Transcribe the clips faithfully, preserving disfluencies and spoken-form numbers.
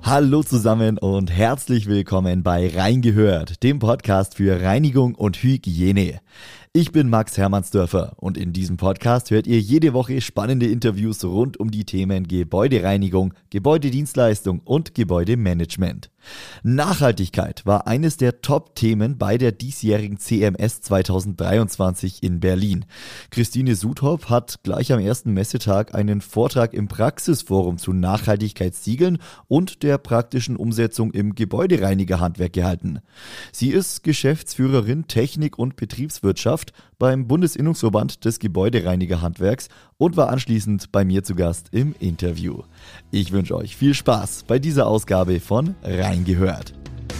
Hallo zusammen und herzlich willkommen bei Reingehört, dem Podcast für Reinigung und Hygiene. Ich bin Max Hermannsdörfer und in diesem Podcast hört ihr jede Woche spannende Interviews rund um die Themen Gebäudereinigung, Gebäudedienstleistung und Gebäudemanagement. Nachhaltigkeit war eines der Top-Themen bei der diesjährigen C M S zweitausenddreiundzwanzig in Berlin. Christine Sudhoff hat gleich am ersten Messetag einen Vortrag im Praxisforum zu Nachhaltigkeitssiegeln und der praktischen Umsetzung im Gebäudereinigerhandwerk gehalten. Sie ist Geschäftsführerin Technik und Betriebswirtschaft beim Bundesinnungsverband des Gebäudereinigerhandwerks und war anschließend bei mir zu Gast im Interview. Ich wünsche euch viel Spaß bei dieser Ausgabe von Reingehört.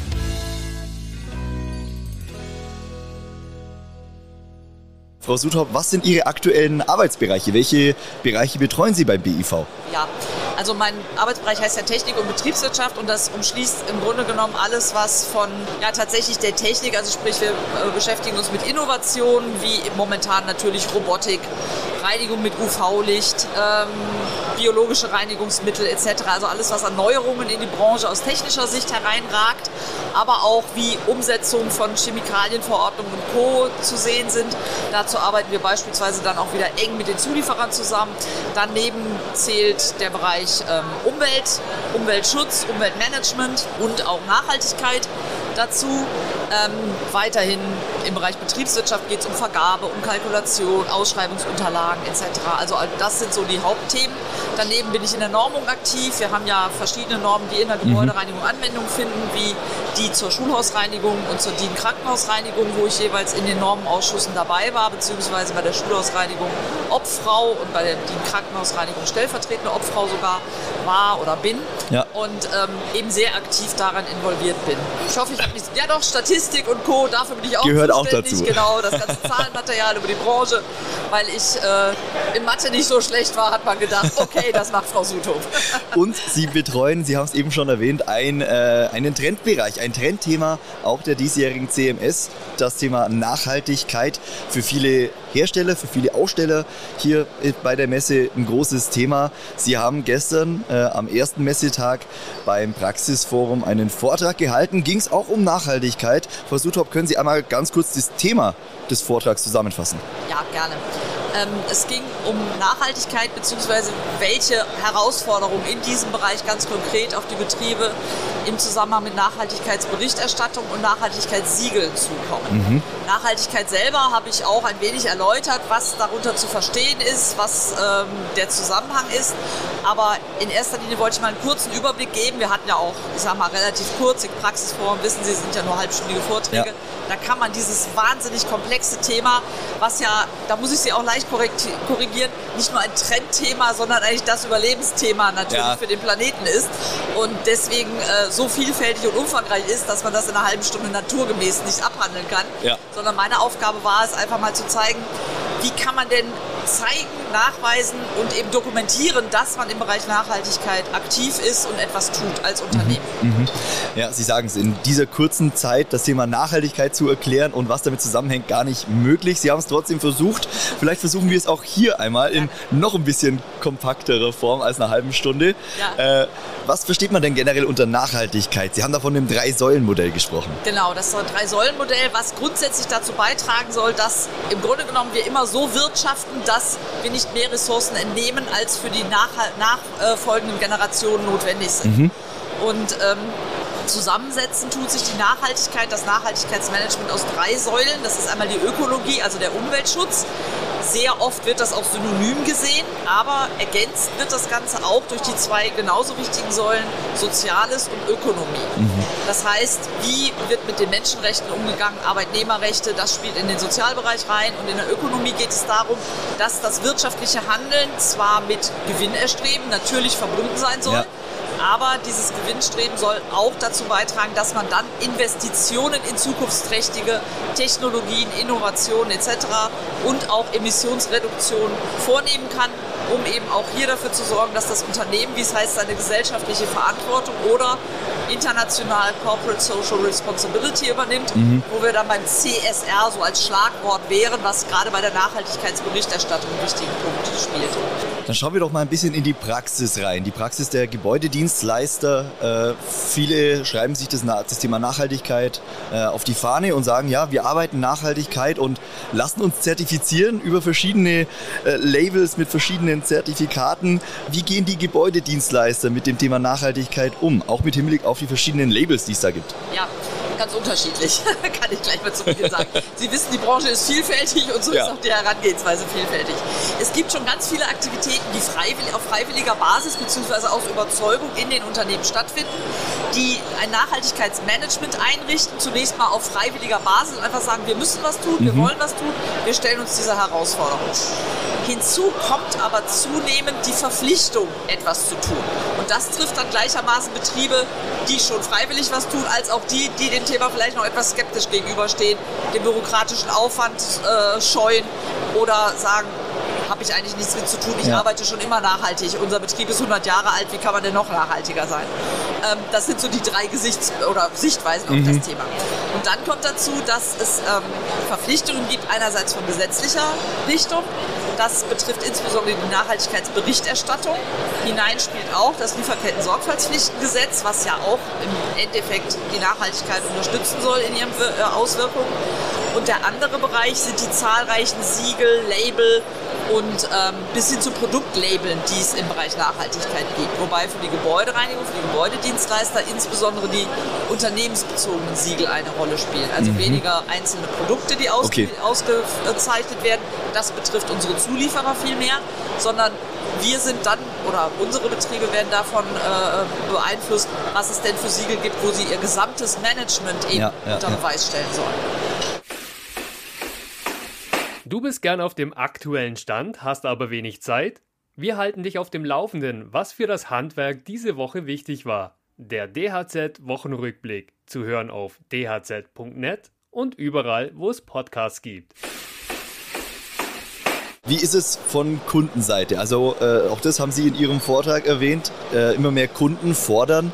Frau Sudhoff, was sind Ihre aktuellen Arbeitsbereiche? Welche Bereiche betreuen Sie beim B I V? Ja, also mein Arbeitsbereich heißt ja Technik und Betriebswirtschaft und das umschließt im Grunde genommen alles, was von ja tatsächlich der Technik, also sprich wir äh, beschäftigen uns mit Innovationen, wie momentan natürlich Robotik, Reinigung mit U V-Licht, ähm, biologische Reinigungsmittel et cetera. Also alles, was an Neuerungen in die Branche aus technischer Sicht hereinragt, aber auch wie Umsetzung von Chemikalienverordnungen und Co. zu sehen sind. Dazu arbeiten wir beispielsweise dann auch wieder eng mit den Zulieferern zusammen. Daneben zählt der Bereich ähm, Umwelt, Umweltschutz, Umweltmanagement und auch Nachhaltigkeit dazu. Ähm, weiterhin im Bereich Betriebswirtschaft geht es um Vergabe, um Kalkulation, Ausschreibungsunterlagen et cetera. Also das sind so die Hauptthemen. Daneben bin ich in der Normung aktiv. Wir haben ja verschiedene Normen, die in der Gebäudereinigung Anwendung finden, wie die zur Schulhausreinigung und zur D I N-Krankenhausreinigung, wo ich jeweils in den Normenausschüssen dabei war, beziehungsweise bei der Schulhausreinigung Obfrau und bei der D I N-Krankenhausreinigung stellvertretende Obfrau sogar war oder bin. Ja. Und ähm, eben sehr aktiv daran involviert bin. Ich hoffe, ich habe nicht... Ja doch, Statistik und Co., dafür bin ich auch Gehört zuständig. Auch dazu. Genau, das ganze Zahlenmaterial über die Branche. Weil ich äh, in Mathe nicht so schlecht war, hat man gedacht, okay, das macht Frau Sudhoff. Und Sie betreuen, Sie haben es eben schon erwähnt, ein, äh, einen Trendbereich, ein Trendthema auch der diesjährigen C M S, das Thema Nachhaltigkeit. Für viele Hersteller, für viele Aussteller hier bei der Messe ein großes Thema. Sie haben gestern äh, am ersten Messetag beim Praxisforum einen Vortrag gehalten. Ging es auch um Nachhaltigkeit. Frau Sudhoff, können Sie einmal ganz kurz das Thema des Vortrags zusammenfassen? Ja, gerne. Ähm, es ging um Nachhaltigkeit bzw. welche Herausforderungen in diesem Bereich ganz konkret auf die Betriebe im Zusammenhang mit Nachhaltigkeitsberichterstattung und Nachhaltigkeitssiegeln zukommen. Mhm. Nachhaltigkeit selber habe ich auch ein wenig erläutert, was darunter zu verstehen ist, was ähm, der Zusammenhang ist. Aber in erster Linie wollte ich mal einen kurzen Überblick geben. Wir hatten ja auch, ich sage mal, relativ kurz, im Praxisforum, wissen Sie, sind ja nur halbstündige Vorträge. Ja. Da kann man dieses wahnsinnig komplexe Thema, was ja, da muss ich Sie auch leicht korrigieren, nicht nur ein Trendthema, sondern eigentlich das Überlebensthema natürlich ja. für den Planeten ist. Und deswegen äh, so vielfältig und umfangreich ist, dass man das in einer halben Stunde naturgemäß nicht abhandeln kann. Ja. Sondern meine Aufgabe war es, einfach mal zu zeigen, wie kann man denn zeigen, nachweisen und eben dokumentieren, dass man im Bereich Nachhaltigkeit aktiv ist und etwas tut als Unternehmen. Mhm. Mhm. Ja, Sie sagen es, in dieser kurzen Zeit das Thema Nachhaltigkeit zu erklären und was damit zusammenhängt, gar nicht möglich. Sie haben es trotzdem versucht. Vielleicht versuchen wir es auch hier einmal in noch ein bisschen kompakterer Form als einer halben Stunde. Ja. Äh, was versteht man denn generell unter Nachhaltigkeit? Sie haben da von dem Drei-Säulen-Modell gesprochen. Genau, das Drei-Säulen-Modell, was grundsätzlich dazu beitragen soll, dass im Grunde genommen wir immer so wirtschaften, dass wir nicht mehr Ressourcen entnehmen, als für die nachfolgenden Generationen notwendig sind. Mhm. Und ähm, zusammensetzen tut sich die Nachhaltigkeit, das Nachhaltigkeitsmanagement aus drei Säulen. Das ist einmal die Ökologie, also der Umweltschutz. Sehr oft wird das auch synonym gesehen, aber ergänzt wird das Ganze auch durch die zwei genauso wichtigen Säulen Soziales und Ökonomie. Mhm. Das heißt, wie wird mit den Menschenrechten umgegangen, Arbeitnehmerrechte, das spielt in den Sozialbereich rein. Und in der Ökonomie geht es darum, dass das wirtschaftliche Handeln zwar mit Gewinnerstreben natürlich verbunden sein soll, ja. aber dieses Gewinnstreben soll auch dazu beitragen, dass man dann Investitionen in zukunftsträchtige Technologien, Innovationen et cetera und auch Emissionsreduktion vornehmen kann, um eben auch hier dafür zu sorgen, dass das Unternehmen, wie es heißt, seine gesellschaftliche Verantwortung oder international Corporate Social Responsibility übernimmt, mhm. wo wir dann beim C S R so als Schlagwort wären, was gerade bei der Nachhaltigkeitsberichterstattung einen wichtigen Punkt spielt. Dann schauen wir doch mal ein bisschen in die Praxis rein. Die Praxis der Gebäudedienstleister. Äh, viele schreiben sich das, das Thema Nachhaltigkeit äh, auf die Fahne und sagen, ja, wir arbeiten Nachhaltigkeit und lassen uns zertifizieren über verschiedene äh, Labels mit verschiedenen Zertifikaten. Wie gehen die Gebäudedienstleister mit dem Thema Nachhaltigkeit um? Auch mit Hinblick auf die verschiedenen Labels, die es da gibt. Ja, ganz unterschiedlich, kann ich gleich mal zu Beginn sagen. Sie wissen, die Branche ist vielfältig und so ja. ist auch die Herangehensweise vielfältig. Es gibt schon ganz viele Aktivitäten, die freiwillig, auf freiwilliger Basis bzw. aus Überzeugung in den Unternehmen stattfinden, die ein Nachhaltigkeitsmanagement einrichten, zunächst mal auf freiwilliger Basis und einfach sagen, wir müssen was tun, wir mhm. wollen was tun, wir stellen uns dieser Herausforderung. Hinzu kommt aber zunehmend die Verpflichtung, etwas zu tun. Und das trifft dann gleichermaßen Betriebe, die schon freiwillig was tun, als auch die, die dem Thema vielleicht noch etwas skeptisch gegenüberstehen, den bürokratischen Aufwand äh, scheuen oder sagen, habe ich eigentlich nichts mit zu tun, ich ja. arbeite schon immer nachhaltig, unser Betrieb ist hundert Jahre alt, wie kann man denn noch nachhaltiger sein? Ähm, das sind so die drei Gesichts- oder Sichtweisen mhm. auf das Thema. Und dann kommt dazu, dass es ähm, Verpflichtungen gibt, einerseits von gesetzlicher Richtung, das betrifft insbesondere die Nachhaltigkeitsberichterstattung. Hinein spielt auch das Lieferketten-Sorgfaltspflichtengesetz, was ja auch im Endeffekt die Nachhaltigkeit unterstützen soll in ihren Auswirkungen. Und der andere Bereich sind die zahlreichen Siegel, Label und ähm, bis hin zu Produktlabeln, die es im Bereich Nachhaltigkeit gibt. Wobei für die Gebäudereinigung, für die Gebäudedienstleister insbesondere die unternehmensbezogenen Siegel eine Rolle spielen. Also mhm. weniger einzelne Produkte, die ausge- okay. ausgezeichnet werden. Das betrifft unsere Zulieferer viel mehr, sondern wir sind dann, oder unsere Betriebe werden davon äh, beeinflusst, was es denn für Siegel gibt, wo sie ihr gesamtes Management eben ja, ja, unter Beweis ja. stellen sollen. Du bist gern auf dem aktuellen Stand, hast aber wenig Zeit? Wir halten dich auf dem Laufenden, was für das Handwerk diese Woche wichtig war. Der D H Z-Wochenrückblick, zu hören auf d h z punkt net und überall, wo es Podcasts gibt. Wie ist es von Kundenseite? Also äh, auch das haben Sie in Ihrem Vortrag erwähnt. Äh, immer mehr Kunden fordern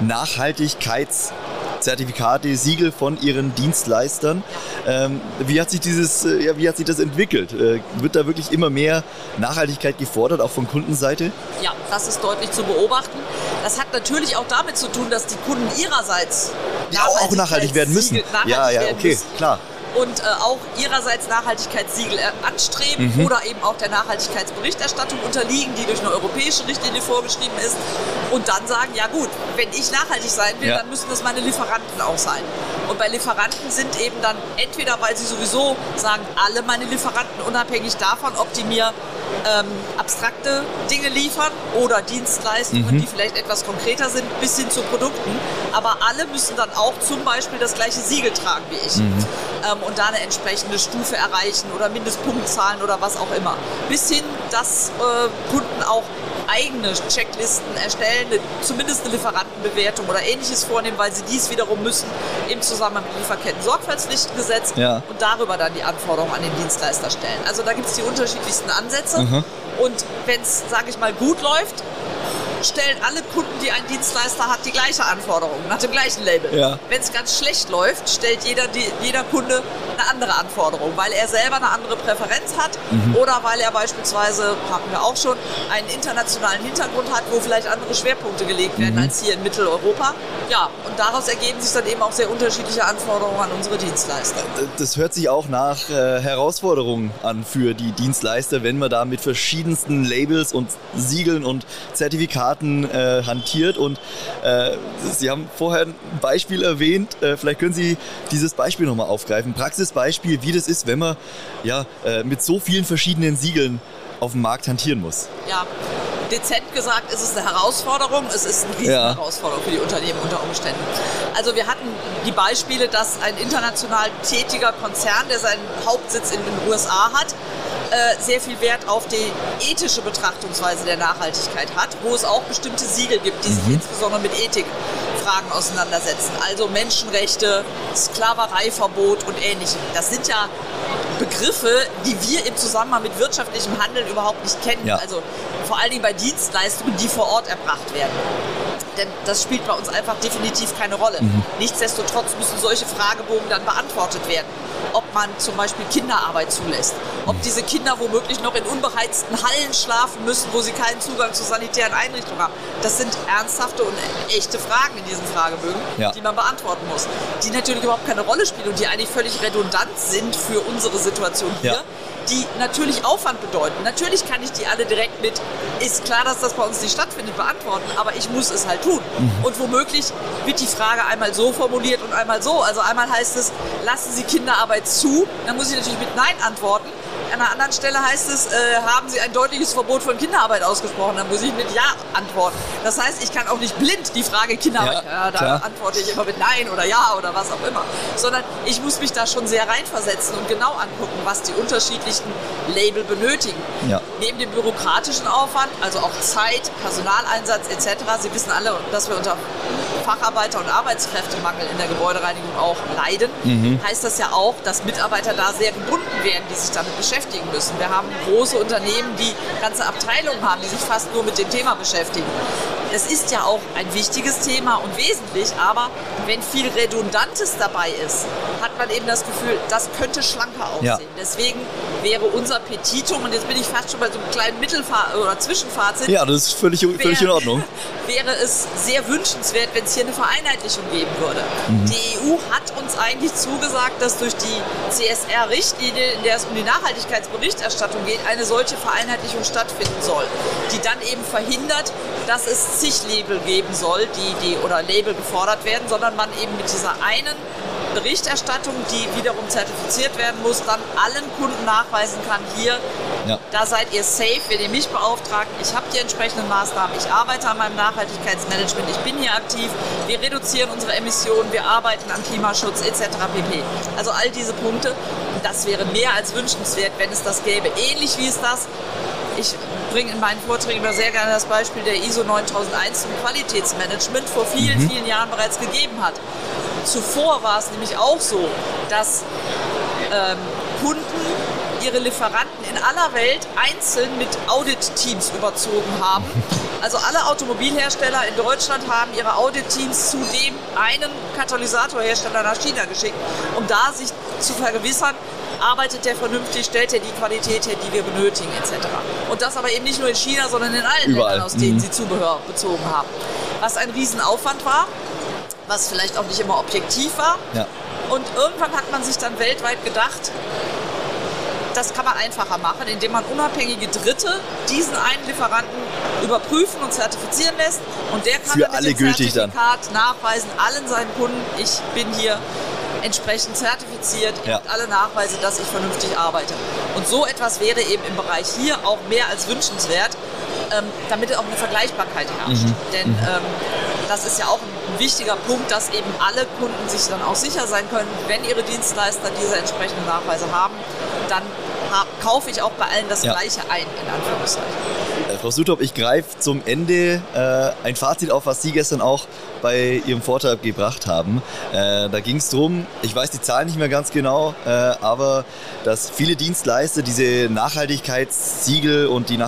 Nachhaltigkeitszertifikate, Siegel von ihren Dienstleistern. Ähm, wie hat sich dieses, äh, ja, wie hat sich das entwickelt? Äh, wird da wirklich immer mehr Nachhaltigkeit gefordert, auch von Kundenseite? Ja, das ist deutlich zu beobachten. Das hat natürlich auch damit zu tun, dass die Kunden ihrerseits ja, auch nachhaltig werden müssen. Nachhaltig ja, ja, okay, müssen. klar. Und äh, auch ihrerseits Nachhaltigkeitssiegel anstreben mhm. oder eben auch der Nachhaltigkeitsberichterstattung unterliegen, die durch eine europäische Richtlinie vorgeschrieben ist. Und dann sagen, ja gut, wenn ich nachhaltig sein will, ja. dann müssen das meine Lieferanten auch sein. Und bei Lieferanten sind eben dann entweder, weil sie sowieso sagen, alle meine Lieferanten, unabhängig davon, ob die mir ähm, abstrakte Dinge liefern oder Dienstleistungen, mhm. die vielleicht etwas konkreter sind, bis hin zu Produkten. Aber alle müssen dann auch zum Beispiel das gleiche Siegel tragen wie ich. Mhm. Ähm, und da eine entsprechende Stufe erreichen oder Mindestpunktzahlen oder was auch immer. Bis hin, dass äh, Kunden auch eigene Checklisten erstellen, zumindest eine Lieferantenbewertung oder Ähnliches vornehmen, weil sie dies wiederum müssen im Zusammenhang mit dem Lieferketten-Sorgfaltspflichtengesetz ja. und darüber dann die Anforderungen an den Dienstleister stellen. Also da gibt es die unterschiedlichsten Ansätze mhm. und wenn es, sage ich mal, gut läuft, stellen alle Kunden, die ein Dienstleister hat, die gleiche Anforderung, nach dem gleichen Label. Ja. Wenn es ganz schlecht läuft, stellt jeder, die, jeder Kunde eine andere Anforderung, weil er selber eine andere Präferenz hat mhm. oder weil er beispielsweise, hatten wir auch schon, einen internationalen Hintergrund hat, wo vielleicht andere Schwerpunkte gelegt werden mhm. als hier in Mitteleuropa. Ja, und daraus ergeben sich dann eben auch sehr unterschiedliche Anforderungen an unsere Dienstleister. Das hört sich auch nach äh, Herausforderungen an für die Dienstleister, wenn man da mit verschiedensten Labels und Siegeln und Zertifikaten Äh, hantiert und äh, Sie haben vorher ein Beispiel erwähnt, äh, vielleicht können Sie dieses Beispiel nochmal aufgreifen, Praxisbeispiel, wie das ist, wenn man ja, äh, mit so vielen verschiedenen Siegeln auf dem Markt hantieren muss. Ja, dezent gesagt ist es eine Herausforderung, es ist eine riesen ja. Herausforderung für die Unternehmen unter Umständen. Also wir hatten die Beispiele, dass ein international tätiger Konzern, der seinen Hauptsitz in den U S A hat, sehr viel Wert auf die ethische Betrachtungsweise der Nachhaltigkeit hat, wo es auch bestimmte Siegel gibt, die sich mhm. insbesondere mit Ethikfragen auseinandersetzen. Also Menschenrechte, Sklavereiverbot und Ähnlichem. Das sind ja Begriffe, die wir im Zusammenhang mit wirtschaftlichem Handeln überhaupt nicht kennen. Ja. Also vor allen Dingen bei Dienstleistungen, die vor Ort erbracht werden. denn das spielt bei uns einfach definitiv keine Rolle. Mhm. Nichtsdestotrotz müssen solche Fragebogen dann beantwortet werden. Ob man zum Beispiel Kinderarbeit zulässt, ob diese Kinder womöglich noch in unbeheizten Hallen schlafen müssen, wo sie keinen Zugang zu sanitären Einrichtungen haben. Das sind ernsthafte und echte Fragen in diesen Fragebögen, ja. die man beantworten muss. Die natürlich überhaupt keine Rolle spielen und die eigentlich völlig redundant sind für unsere Situation hier. Ja. Die natürlich Aufwand bedeuten. Natürlich kann ich die alle direkt mit, ist klar, dass das bei uns nicht stattfindet, beantworten, aber ich muss es halt tun. Mhm. Und womöglich wird die Frage einmal so formuliert und einmal so. Also einmal heißt es, lassen Sie Kinderarbeit zu, dann muss ich natürlich mit Nein antworten. An einer anderen Stelle heißt es, äh, haben Sie ein deutliches Verbot von Kinderarbeit ausgesprochen, dann muss ich mit Ja antworten. Das heißt, ich kann auch nicht blind die Frage Kinderarbeit, ja, ja, da klar. antworte ich immer mit Nein oder Ja oder was auch immer, sondern ich muss mich da schon sehr reinversetzen und genau angucken, was die unterschiedlichen Label benötigen. Ja. Neben dem bürokratischen Aufwand, also auch Zeit, Personaleinsatz et cetera. Sie wissen alle, dass wir unter Facharbeiter- und Arbeitskräftemangel in der Gebäudereinigung auch leiden, mhm. heißt das ja auch, dass Mitarbeiter da sehr gebunden werden, die sich damit beschäftigen müssen. Wir haben große Unternehmen, die ganze Abteilungen haben, die sich fast nur mit dem Thema beschäftigen. Es ist ja auch ein wichtiges Thema und wesentlich, aber wenn viel Redundantes dabei ist, hat man eben das Gefühl, das könnte schlanker aussehen. Ja. Deswegen wäre unser Petitum, und jetzt bin ich fast schon bei so einem kleinen Mittelfazit oder Zwischenfazit. Ja, das ist völlig, völlig wäre, in Ordnung. Wäre es sehr wünschenswert, wenn es hier eine Vereinheitlichung geben würde. Mhm. Die E U hat uns eigentlich zugesagt, dass durch die C S R-Richtlinie, in der es um die Nachhaltigkeitsberichterstattung geht, eine solche Vereinheitlichung stattfinden soll, die dann eben verhindert, dass es zig Label geben soll, die, die oder Label gefordert werden, sondern man eben mit dieser einen Berichterstattung, die wiederum zertifiziert werden muss, dann allen Kunden nachweisen kann, hier, ja. da seid ihr safe, wenn ihr mich beauftragt, ich habe die entsprechenden Maßnahmen, ich arbeite an meinem Nachhaltigkeitsmanagement, ich bin hier aktiv, wir reduzieren unsere Emissionen, wir arbeiten am Klimaschutz et cetera pp. Also all diese Punkte, das wäre mehr als wünschenswert, wenn es das gäbe. Ähnlich wie es das, ich bringe in meinen Vorträgen immer sehr gerne das Beispiel der I S O neuntausendeins zum Qualitätsmanagement vor vielen, mhm. vielen Jahren bereits gegeben hat. Zuvor war es nämlich auch so, dass ähm, Kunden ihre Lieferanten in aller Welt einzeln mit Audit-Teams überzogen haben. Also alle Automobilhersteller in Deutschland haben ihre Audit-Teams zu dem einen Katalysatorhersteller nach China geschickt, um da sich zu vergewissern, arbeitet der vernünftig, stellt er die Qualität her, die wir benötigen et cetera. Und das aber eben nicht nur in China, sondern in allen Überall. Ländern, aus denen mhm. sie Zubehör bezogen haben. Was ein Riesenaufwand war, was vielleicht auch nicht immer objektiv war. Ja. Und irgendwann hat man sich dann weltweit gedacht, das kann man einfacher machen, indem man unabhängige Dritte diesen einen Lieferanten überprüfen und zertifizieren lässt. Und der kann für dann mit alle dem gültig Zertifikat dann nachweisen, allen seinen Kunden, ich bin hier entsprechend zertifiziert, ihr ja. habt alle Nachweise, dass ich vernünftig arbeite. Und so etwas wäre eben im Bereich hier auch mehr als wünschenswert, ähm, damit auch eine Vergleichbarkeit herrscht. Mhm. Denn ähm, das ist ja auch ein wichtiger Punkt, dass eben alle Kunden sich dann auch sicher sein können, wenn ihre Dienstleister diese entsprechenden Nachweise haben, dann ha- kaufe ich auch bei allen das ja. Gleiche ein, in Anführungszeichen. Äh, Frau Sutop, ich greife zum Ende äh, ein Fazit auf, was Sie gestern auch bei Ihrem Vortrag gebracht haben. Äh, da ging es darum, ich weiß die Zahlen nicht mehr ganz genau, äh, aber dass viele Dienstleister diese Nachhaltigkeitssiegel und die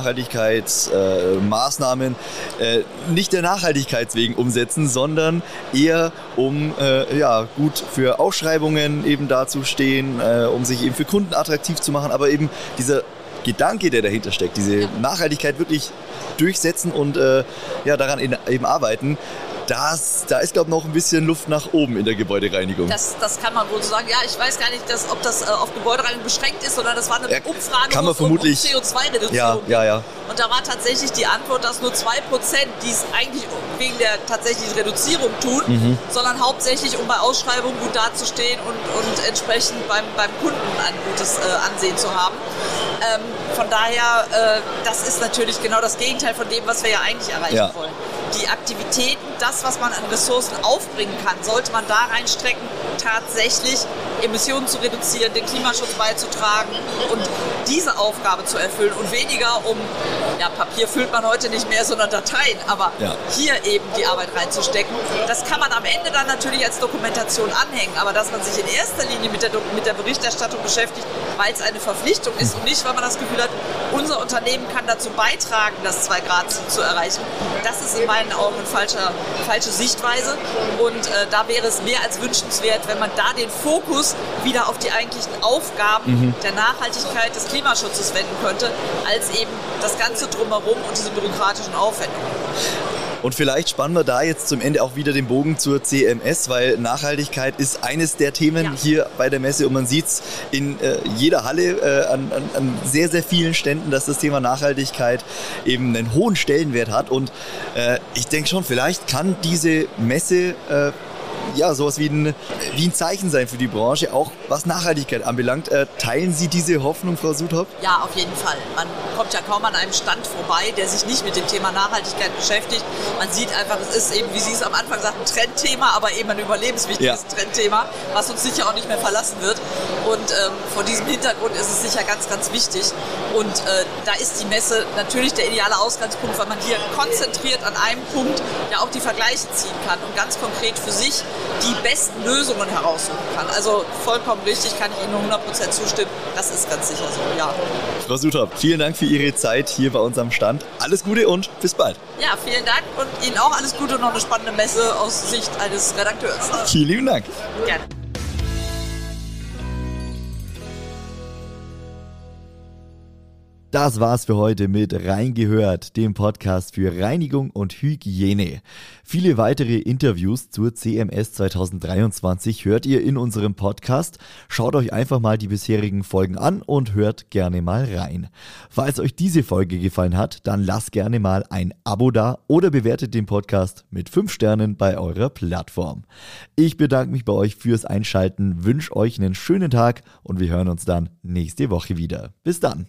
Nachhaltigkeitsmaßnahmen äh, äh, nicht der Nachhaltigkeit wegen umsetzen, sondern eher um äh, ja, gut für Ausschreibungen eben dazustehen, äh, um sich eben für Kunden attraktiv zu machen, aber eben dieser Gedanke, der dahinter steckt, diese ja. Nachhaltigkeit wirklich durchsetzen und äh, ja, daran in, eben arbeiten, das, da ist, glaube ich, noch ein bisschen Luft nach oben in der Gebäudereinigung. Das, das kann man wohl so sagen. Ja, ich weiß gar nicht, dass, ob das äh, auf Gebäudereinigung beschränkt ist, sondern das war eine ja, Umfrage, kann man vermutlich, um C O zwei Reduktion. Ja, ja, ja. Und da war tatsächlich die Antwort, dass nur zwei Prozent dies eigentlich wegen der tatsächlichen Reduzierung tun, mhm. sondern hauptsächlich, um bei Ausschreibungen gut dazustehen und, und entsprechend beim, beim Kunden ein gutes äh, Ansehen zu haben. Ähm, von daher, äh, das ist natürlich genau das Gegenteil von dem, was wir ja eigentlich erreichen ja. wollen. Die Aktivitäten, das, was man an Ressourcen aufbringen kann, sollte man da reinstrecken, tatsächlich Emissionen zu reduzieren, den Klimaschutz beizutragen und diese Aufgabe zu erfüllen und weniger um, ja, Papier füllt man heute nicht mehr, sondern Dateien, aber ja. hier eben die Arbeit reinzustecken. Das kann man am Ende dann natürlich als Dokumentation anhängen, aber dass man sich in erster Linie mit der, mit der Berichterstattung beschäftigt, weil es eine Verpflichtung ist und nicht, weil man das Gefühl hat, unser Unternehmen kann dazu beitragen, das zwei Grad zu erreichen, das ist in meinen meinen Augen eine falsche, falsche Sichtweise. Und äh, da wäre es mehr als wünschenswert, wenn man da den Fokus wieder auf die eigentlichen Aufgaben mhm. der Nachhaltigkeit, des Klimaschutzes wenden könnte, als eben das Ganze drumherum und diese bürokratischen Aufwendungen. Und vielleicht spannen wir da jetzt zum Ende auch wieder den Bogen zur C M S, weil Nachhaltigkeit ist eines der Themen ja. hier bei der Messe und man sieht es in äh, jeder Halle äh, an, an, an sehr, sehr vielen Ständen, dass das Thema Nachhaltigkeit eben einen hohen Stellenwert hat und äh, ich denke schon, vielleicht kann diese Messe äh, ja, sowas wie ein, wie ein Zeichen sein für die Branche, auch was Nachhaltigkeit anbelangt. Äh, teilen Sie diese Hoffnung, Frau Sudhaupt? Ja, auf jeden Fall. Man kommt ja kaum an einem Stand vorbei, der sich nicht mit dem Thema Nachhaltigkeit beschäftigt. Man sieht einfach, es ist eben, wie Sie es am Anfang sagten, ein Trendthema, aber eben ein überlebenswichtiges ja. Trendthema, was uns sicher auch nicht mehr verlassen wird. Und ähm, vor diesem Hintergrund ist es sicher ganz, ganz wichtig. Und äh, da ist die Messe natürlich der ideale Ausgangspunkt, weil man hier konzentriert an einem Punkt ja auch die Vergleiche ziehen kann und ganz konkret für sich die besten Lösungen heraussuchen kann. Also vollkommen richtig, kann ich Ihnen nur hundert Prozent zustimmen. Das ist ganz sicher so, ja. Frau Sudhaupt, vielen Dank für Ihre Zeit hier bei uns am Stand. Alles Gute und bis bald. Ja, vielen Dank und Ihnen auch alles Gute und noch eine spannende Messe aus Sicht eines Redakteurs. Vielen lieben Dank. Gerne. Das war's für heute mit Reingehört, dem Podcast für Reinigung und Hygiene. Viele weitere Interviews zur C M S zwanzig dreiundzwanzig hört ihr in unserem Podcast. Schaut euch einfach mal die bisherigen Folgen an und hört gerne mal rein. Falls euch diese Folge gefallen hat, dann lasst gerne mal ein Abo da oder bewertet den Podcast mit fünf Sternen bei eurer Plattform. Ich bedanke mich bei euch fürs Einschalten, wünsche euch einen schönen Tag und wir hören uns dann nächste Woche wieder. Bis dann!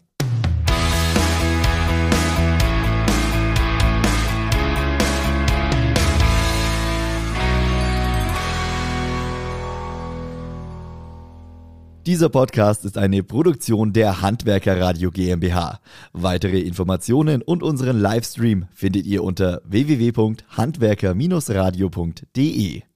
Dieser Podcast ist eine Produktion der Handwerker Radio GmbH. Weitere Informationen und unseren Livestream findet ihr unter w w w punkt handwerker Bindestrich radio punkt de.